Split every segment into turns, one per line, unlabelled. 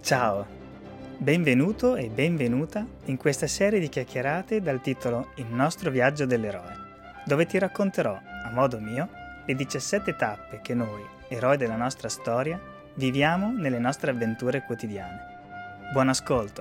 Ciao, benvenuto e benvenuta in questa serie di chiacchierate dal titolo Il nostro viaggio dell'eroe, dove ti racconterò, a modo mio, le 17 tappe che noi, eroi della nostra storia, viviamo nelle nostre avventure quotidiane. Buon ascolto!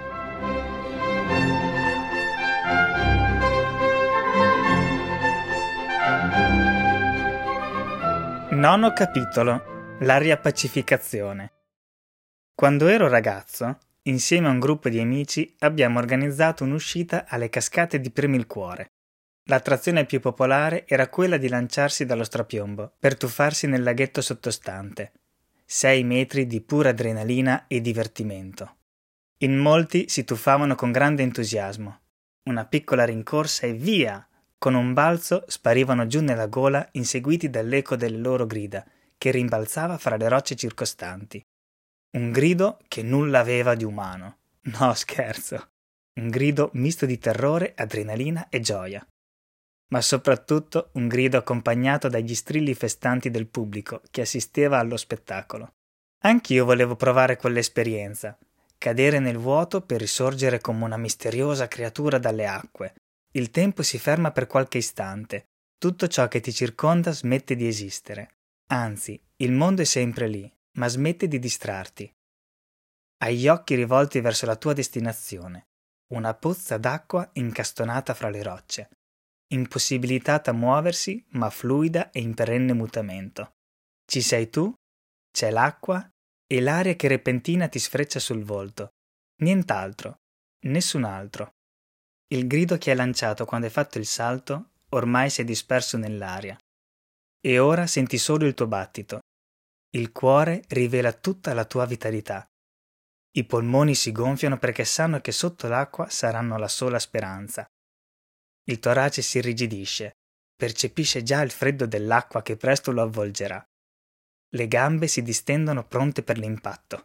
Nono capitolo: la riappacificazione. Quando ero ragazzo, insieme a un gruppo di amici abbiamo organizzato un'uscita alle cascate di Premilcuore. L'attrazione più popolare era quella di lanciarsi dallo strapiombo per tuffarsi nel laghetto sottostante. 6 metri di pura adrenalina e divertimento. In molti si tuffavano con grande entusiasmo. Una piccola rincorsa e via! Con un balzo sparivano giù nella gola inseguiti dall'eco delle loro grida, che rimbalzava fra le rocce circostanti. Un grido che nulla aveva di umano. No, scherzo. Un grido misto di terrore, adrenalina e gioia. Ma soprattutto un grido accompagnato dagli strilli festanti del pubblico che assisteva allo spettacolo. Anch'io volevo provare quell'esperienza, cadere nel vuoto per risorgere come una misteriosa creatura dalle acque. Il tempo si ferma per qualche istante. Tutto ciò che ti circonda smette di esistere. Anzi, il mondo è sempre lì, ma smette di distrarti. Hai gli occhi rivolti verso la tua destinazione, una pozza d'acqua incastonata fra le rocce, impossibilitata a muoversi, ma fluida e in perenne mutamento. Ci sei tu, c'è l'acqua e l'aria che repentina ti sfreccia sul volto. Nient'altro, nessun altro. Il grido che hai lanciato quando hai fatto il salto ormai si è disperso nell'aria. E ora senti solo il tuo battito. Il cuore rivela tutta la tua vitalità. I polmoni si gonfiano perché sanno che sotto l'acqua saranno la sola speranza. Il torace si irrigidisce, percepisce già il freddo dell'acqua che presto lo avvolgerà. Le gambe si distendono pronte per l'impatto.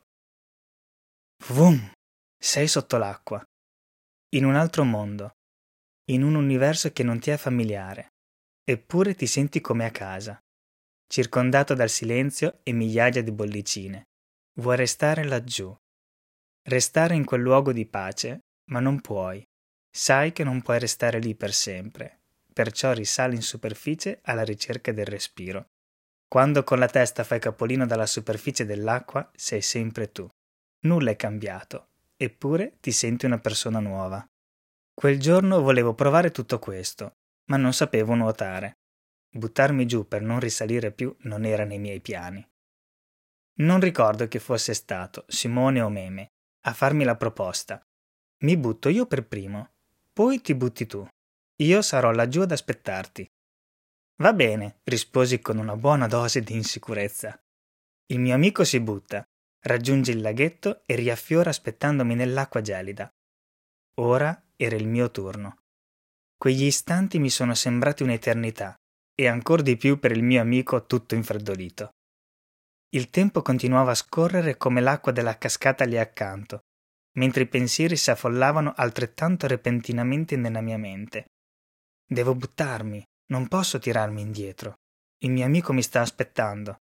Vum! Sei sotto l'acqua. In un altro mondo. In un universo che non ti è familiare. Eppure ti senti come a casa. Circondato dal silenzio e migliaia di bollicine. Vuoi restare laggiù. Restare in quel luogo di pace, ma non puoi. Sai che non puoi restare lì per sempre, perciò risali in superficie alla ricerca del respiro. Quando con la testa fai capolino dalla superficie dell'acqua, sei sempre tu. Nulla è cambiato, eppure ti senti una persona nuova. Quel giorno volevo provare tutto questo, ma non sapevo nuotare. Buttarmi giù per non risalire più non era nei miei piani. Non ricordo che fosse stato Simone o Meme a farmi la proposta. Mi butto io per primo, poi ti butti tu. Io sarò laggiù ad aspettarti. Va bene, risposi con una buona dose di insicurezza. Il mio amico si butta, raggiunge il laghetto e riaffiora aspettandomi nell'acqua gelida. Ora era il mio turno. Quegli istanti mi sono sembrati un'eternità, e ancor di più per il mio amico tutto infreddolito. Il tempo continuava a scorrere come l'acqua della cascata lì accanto, mentre i pensieri si affollavano altrettanto repentinamente nella mia mente. Devo buttarmi, non posso tirarmi indietro. Il mio amico mi sta aspettando.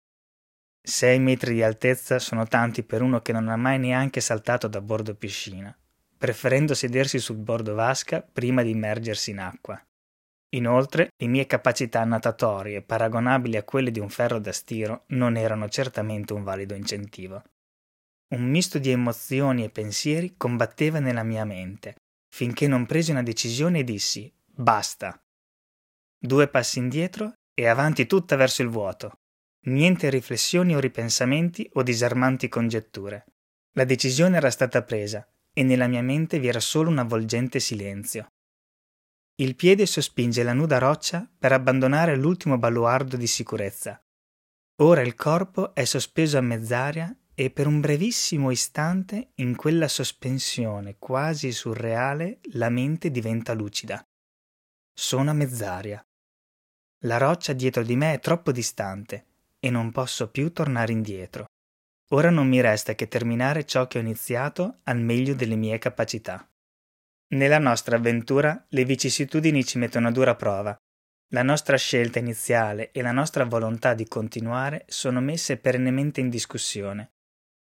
6 metri di altezza sono tanti per uno che non ha mai neanche saltato da bordo piscina, preferendo sedersi sul bordo vasca prima di immergersi in acqua. Inoltre, le mie capacità natatorie, paragonabili a quelle di un ferro da stiro, non erano certamente un valido incentivo. Un misto di emozioni e pensieri combatteva nella mia mente, finché non presi una decisione e dissi «Basta!». 2 passi indietro e avanti tutta verso il vuoto. Niente riflessioni o ripensamenti o disarmanti congetture. La decisione era stata presa e nella mia mente vi era solo un avvolgente silenzio. Il piede sospinge la nuda roccia per abbandonare l'ultimo baluardo di sicurezza. Ora il corpo è sospeso a mezz'aria e per un brevissimo istante, in quella sospensione quasi surreale, la mente diventa lucida. Sono a mezz'aria. La roccia dietro di me è troppo distante e non posso più tornare indietro. Ora non mi resta che terminare ciò che ho iniziato al meglio delle mie capacità. Nella nostra avventura le vicissitudini ci mettono a dura prova. La nostra scelta iniziale e la nostra volontà di continuare sono messe perennemente in discussione.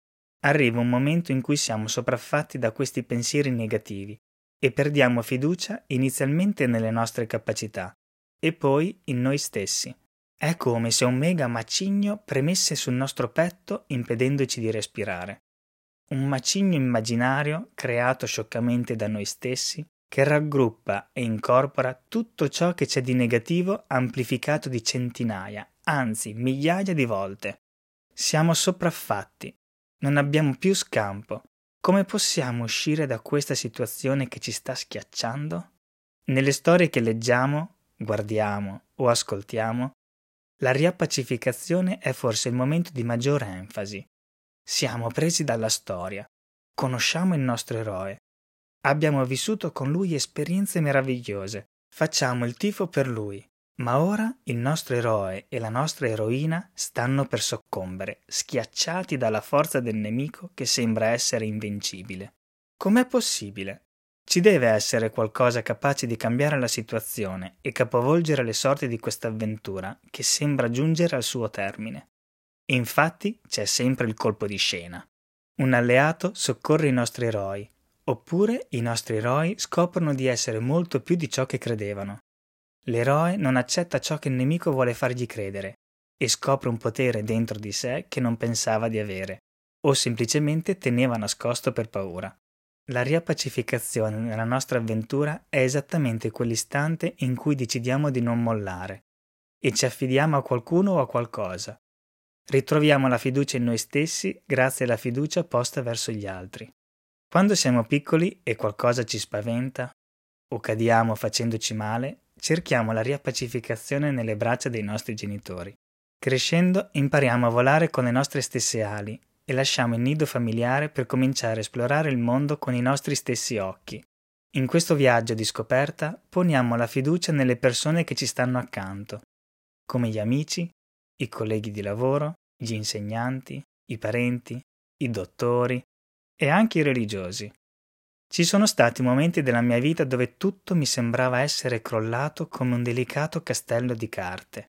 Arriva un momento in cui siamo sopraffatti da questi pensieri negativi e perdiamo fiducia inizialmente nelle nostre capacità e poi in noi stessi. È come se un mega macigno premesse sul nostro petto impedendoci di respirare. Un macigno immaginario creato scioccamente da noi stessi che raggruppa e incorpora tutto ciò che c'è di negativo amplificato di centinaia, anzi migliaia di volte. Siamo sopraffatti, non abbiamo più scampo. Come possiamo uscire da questa situazione che ci sta schiacciando? Nelle storie che leggiamo, guardiamo o ascoltiamo, la riappacificazione è forse il momento di maggiore enfasi. Siamo presi dalla storia, conosciamo il nostro eroe, abbiamo vissuto con lui esperienze meravigliose, facciamo il tifo per lui, ma ora il nostro eroe e la nostra eroina stanno per soccombere, schiacciati dalla forza del nemico che sembra essere invincibile. Com'è possibile? Ci deve essere qualcosa capace di cambiare la situazione e capovolgere le sorti di questa avventura che sembra giungere al suo termine. Infatti c'è sempre il colpo di scena. Un alleato soccorre i nostri eroi, oppure i nostri eroi scoprono di essere molto più di ciò che credevano. L'eroe non accetta ciò che il nemico vuole fargli credere e scopre un potere dentro di sé che non pensava di avere, o semplicemente teneva nascosto per paura. La riappacificazione nella nostra avventura è esattamente quell'istante in cui decidiamo di non mollare e ci affidiamo a qualcuno o a qualcosa. Ritroviamo la fiducia in noi stessi grazie alla fiducia posta verso gli altri. Quando siamo piccoli e qualcosa ci spaventa o cadiamo facendoci male, cerchiamo la riappacificazione nelle braccia dei nostri genitori. Crescendo impariamo a volare con le nostre stesse ali e lasciamo il nido familiare per cominciare a esplorare il mondo con i nostri stessi occhi. In questo viaggio di scoperta poniamo la fiducia nelle persone che ci stanno accanto, come gli amici, i colleghi di lavoro, gli insegnanti, i parenti, i dottori e anche i religiosi. Ci sono stati momenti della mia vita dove tutto mi sembrava essere crollato come un delicato castello di carte.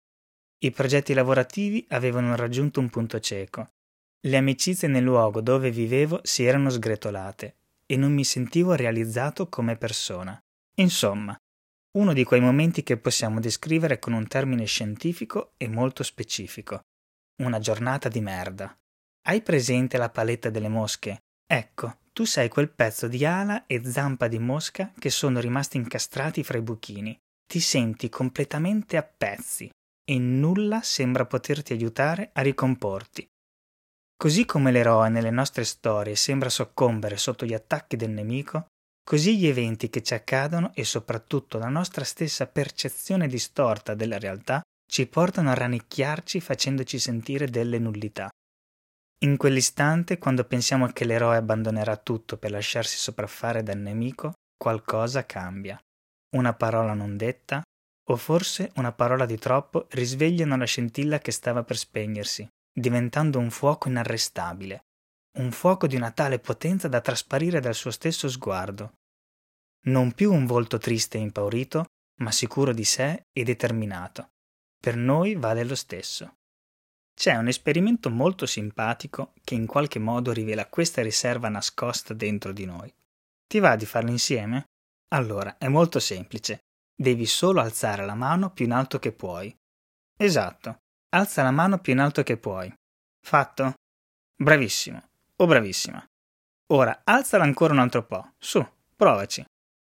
I progetti lavorativi avevano raggiunto un punto cieco. Le amicizie nel luogo dove vivevo si erano sgretolate e non mi sentivo realizzato come persona. Insomma, uno di quei momenti che possiamo descrivere con un termine scientifico e molto specifico. Una giornata di merda. Hai presente la paletta delle mosche? Ecco, tu sei quel pezzo di ala e zampa di mosca che sono rimasti incastrati fra i buchini. Ti senti completamente a pezzi e nulla sembra poterti aiutare a ricomporti. Così come l'eroe nelle nostre storie sembra soccombere sotto gli attacchi del nemico, così gli eventi che ci accadono e soprattutto la nostra stessa percezione distorta della realtà ci portano a rannicchiarci facendoci sentire delle nullità. In quell'istante, quando pensiamo che l'eroe abbandonerà tutto per lasciarsi sopraffare dal nemico, qualcosa cambia. Una parola non detta, o forse una parola di troppo, risvegliano la scintilla che stava per spegnersi, diventando un fuoco inarrestabile, un fuoco di una tale potenza da trasparire dal suo stesso sguardo. Non più un volto triste e impaurito, ma sicuro di sé e determinato. Per noi vale lo stesso. C'è un esperimento molto simpatico che in qualche modo rivela questa riserva nascosta dentro di noi. Ti va di farlo insieme? Allora, è molto semplice. Devi solo alzare la mano più in alto che puoi. Esatto, alza la mano più in alto che puoi. Fatto? Bravissimo o bravissima. Ora alzala ancora un altro po'. Su, provaci.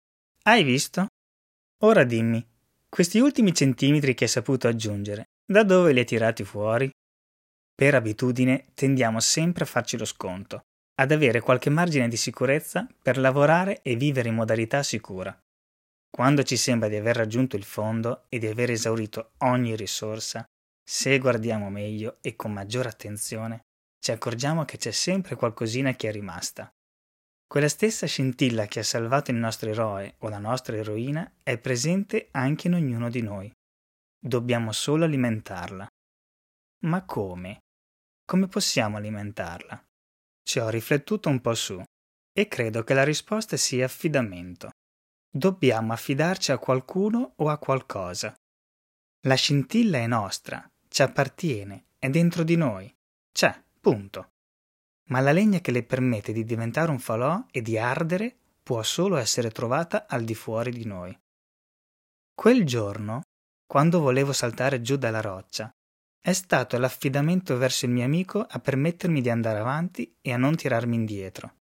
Hai visto? Ora dimmi, questi ultimi centimetri che hai saputo aggiungere, da dove li hai tirati fuori? Per abitudine tendiamo sempre a farci lo sconto, ad avere qualche margine di sicurezza per lavorare e vivere in modalità sicura. Quando ci sembra di aver raggiunto il fondo e di aver esaurito ogni risorsa, se guardiamo meglio e con maggiore attenzione, ci accorgiamo che c'è sempre qualcosina che è rimasta. Quella stessa scintilla che ha salvato il nostro eroe o la nostra eroina è presente anche in ognuno di noi. Dobbiamo solo alimentarla. Ma come? Come possiamo alimentarla? Ci ho riflettuto un po' su e credo che la risposta sia affidamento. Dobbiamo affidarci a qualcuno o a qualcosa. La scintilla è nostra, ci appartiene, è dentro di noi. C'è, punto. ma la legna che le permette di diventare un falò e di ardere può solo essere trovata al di fuori di noi. Quel giorno, quando volevo saltare giù dalla roccia, è stato l'affidamento verso il mio amico a permettermi di andare avanti e a non tirarmi indietro.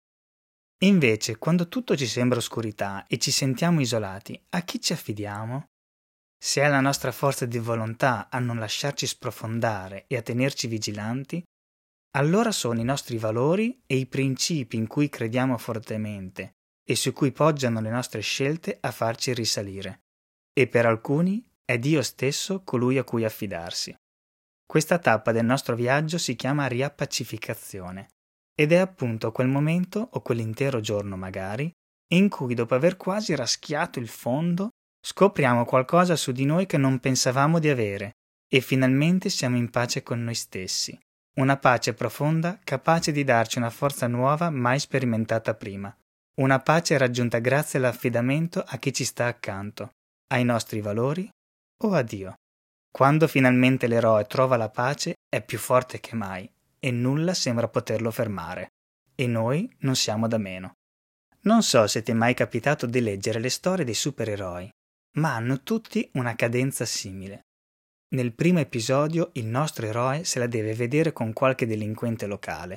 Invece, quando tutto ci sembra oscurità e ci sentiamo isolati, a chi ci affidiamo? Se è la nostra forza di volontà a non lasciarci sprofondare e a tenerci vigilanti, allora sono i nostri valori e i principi in cui crediamo fortemente e su cui poggiano le nostre scelte a farci risalire. E per alcuni è Dio stesso colui a cui affidarsi. Questa tappa del nostro viaggio si chiama riappacificazione ed è appunto quel momento o quell'intero giorno magari in cui dopo aver quasi raschiato il fondo scopriamo qualcosa su di noi che non pensavamo di avere e finalmente siamo in pace con noi stessi. Una pace profonda capace di darci una forza nuova mai sperimentata prima. Una pace raggiunta grazie all'affidamento a chi ci sta accanto, ai nostri valori o a Dio. Quando finalmente l'eroe trova la pace è più forte che mai e nulla sembra poterlo fermare. E noi non siamo da meno. Non so se ti è mai capitato di leggere le storie dei supereroi, ma hanno tutti una cadenza simile. Nel primo episodio il nostro eroe se la deve vedere con qualche delinquente locale,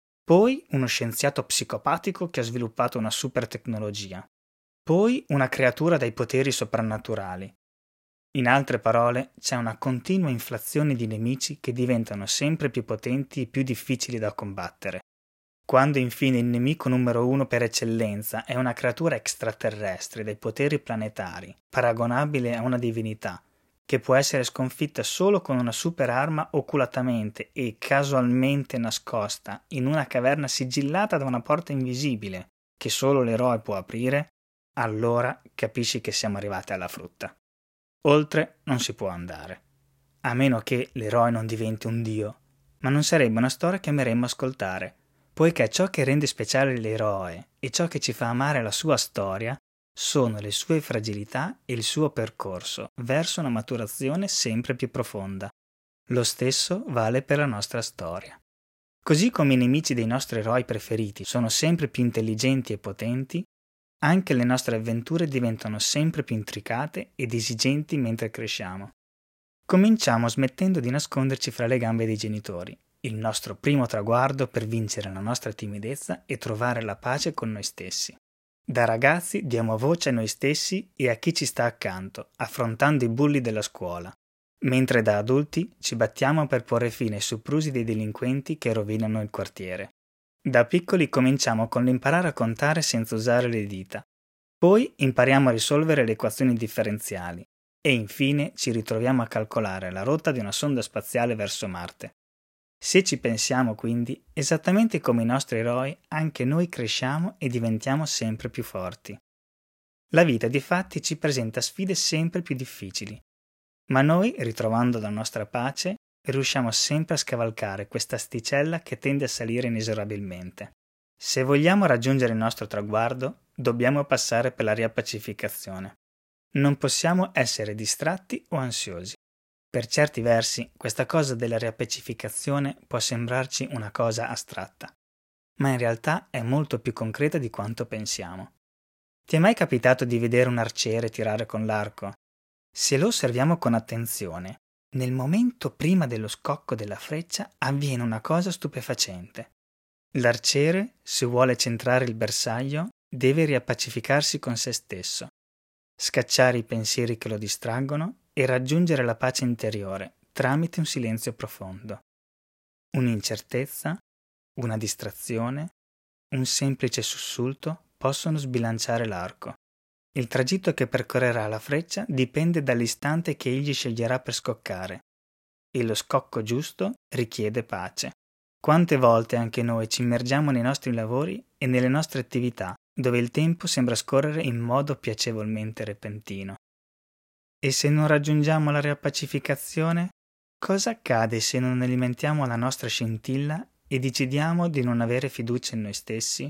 poi uno scienziato psicopatico che ha sviluppato una super tecnologia, poi una creatura dai poteri soprannaturali. In altre parole, c'è una continua inflazione di nemici che diventano sempre più potenti e più difficili da combattere. Quando infine il nemico numero uno per eccellenza è una creatura extraterrestre dai poteri planetari, paragonabile a una divinità, che può essere sconfitta solo con una super arma oculatamente e casualmente nascosta in una caverna sigillata da una porta invisibile che solo l'eroe può aprire, allora capisci che siamo arrivati alla frutta. Oltre non si può andare, a meno che l'eroe non diventi un dio, ma non sarebbe una storia che ameremmo ascoltare, poiché ciò che rende speciale l'eroe e ciò che ci fa amare la sua storia sono le sue fragilità e il suo percorso verso una maturazione sempre più profonda. Lo stesso vale per la nostra storia. Così come i nemici dei nostri eroi preferiti sono sempre più intelligenti e potenti, anche le nostre avventure diventano sempre più intricate ed esigenti mentre cresciamo. Cominciamo smettendo di nasconderci fra le gambe dei genitori, il nostro primo traguardo per vincere la nostra timidezza e trovare la pace con noi stessi. Da ragazzi diamo voce a noi stessi e a chi ci sta accanto, affrontando i bulli della scuola, mentre da adulti ci battiamo per porre fine ai soprusi dei delinquenti che rovinano il quartiere. Da piccoli cominciamo con l'imparare a contare senza usare le dita, poi impariamo a risolvere le equazioni differenziali e infine ci ritroviamo a calcolare la rotta di una sonda spaziale verso Marte. Se ci pensiamo quindi, esattamente come i nostri eroi, anche noi cresciamo e diventiamo sempre più forti. La vita difatti ci presenta sfide sempre più difficili, ma noi, ritrovando la nostra pace, riusciamo sempre a scavalcare questa asticella che tende a salire inesorabilmente. Se vogliamo raggiungere il nostro traguardo, dobbiamo passare per la riappacificazione. Non possiamo essere distratti o ansiosi. Per certi versi, questa cosa della riappacificazione può sembrarci una cosa astratta, ma in realtà è molto più concreta di quanto pensiamo. Ti è mai capitato di vedere un arciere tirare con l'arco? Se lo osserviamo con attenzione, nel momento prima dello scocco della freccia avviene una cosa stupefacente. L'arciere, se vuole centrare il bersaglio, deve riappacificarsi con se stesso, scacciare i pensieri che lo distraggono e raggiungere la pace interiore tramite un silenzio profondo. Un'incertezza, una distrazione, un semplice sussulto possono sbilanciare l'arco. Il tragitto che percorrerà la freccia dipende dall'istante che egli sceglierà per scoccare, e lo scocco giusto richiede pace. Quante volte anche noi ci immergiamo nei nostri lavori e nelle nostre attività, dove il tempo sembra scorrere in modo piacevolmente repentino. E se non raggiungiamo la riappacificazione, cosa accade se non alimentiamo la nostra scintilla e decidiamo di non avere fiducia in noi stessi?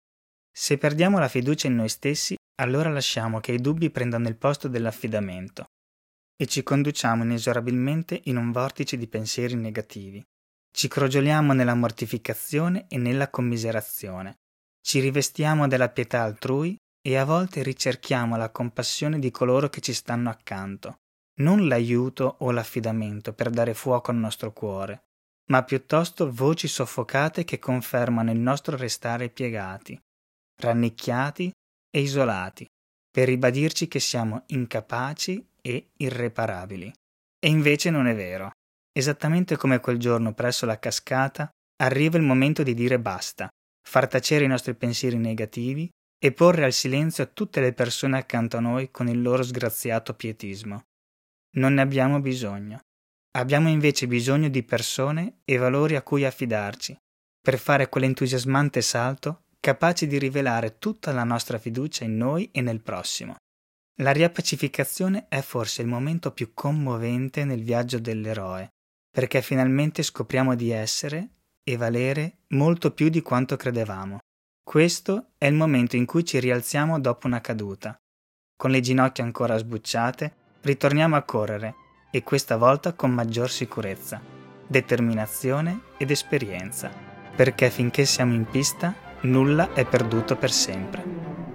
Se perdiamo la fiducia in noi stessi, allora lasciamo che i dubbi prendano il posto dell'affidamento e ci conduciamo inesorabilmente in un vortice di pensieri negativi. Ci crogioliamo nella mortificazione e nella commiserazione. Ci rivestiamo della pietà altrui e a volte ricerchiamo la compassione di coloro che ci stanno accanto. Non l'aiuto o l'affidamento per dare fuoco al nostro cuore, ma piuttosto voci soffocate che confermano il nostro restare piegati, rannicchiati e isolati, per ribadirci che siamo incapaci e irreparabili. E invece non è vero. Esattamente come quel giorno presso la cascata, arriva il momento di dire basta, far tacere i nostri pensieri negativi e porre al silenzio tutte le persone accanto a noi con il loro sgraziato pietismo. Non ne abbiamo bisogno. Abbiamo invece bisogno di persone e valori a cui affidarci, per fare quell'entusiasmante salto capace di rivelare tutta la nostra fiducia in noi e nel prossimo. La riappacificazione è forse il momento più commovente nel viaggio dell'eroe, perché finalmente scopriamo di essere e valere molto più di quanto credevamo. Questo è il momento in cui ci rialziamo dopo una caduta. Con le ginocchia ancora sbucciate, ritorniamo a correre, e questa volta con maggior sicurezza, determinazione ed esperienza, perché finché siamo in pista, nulla è perduto per sempre.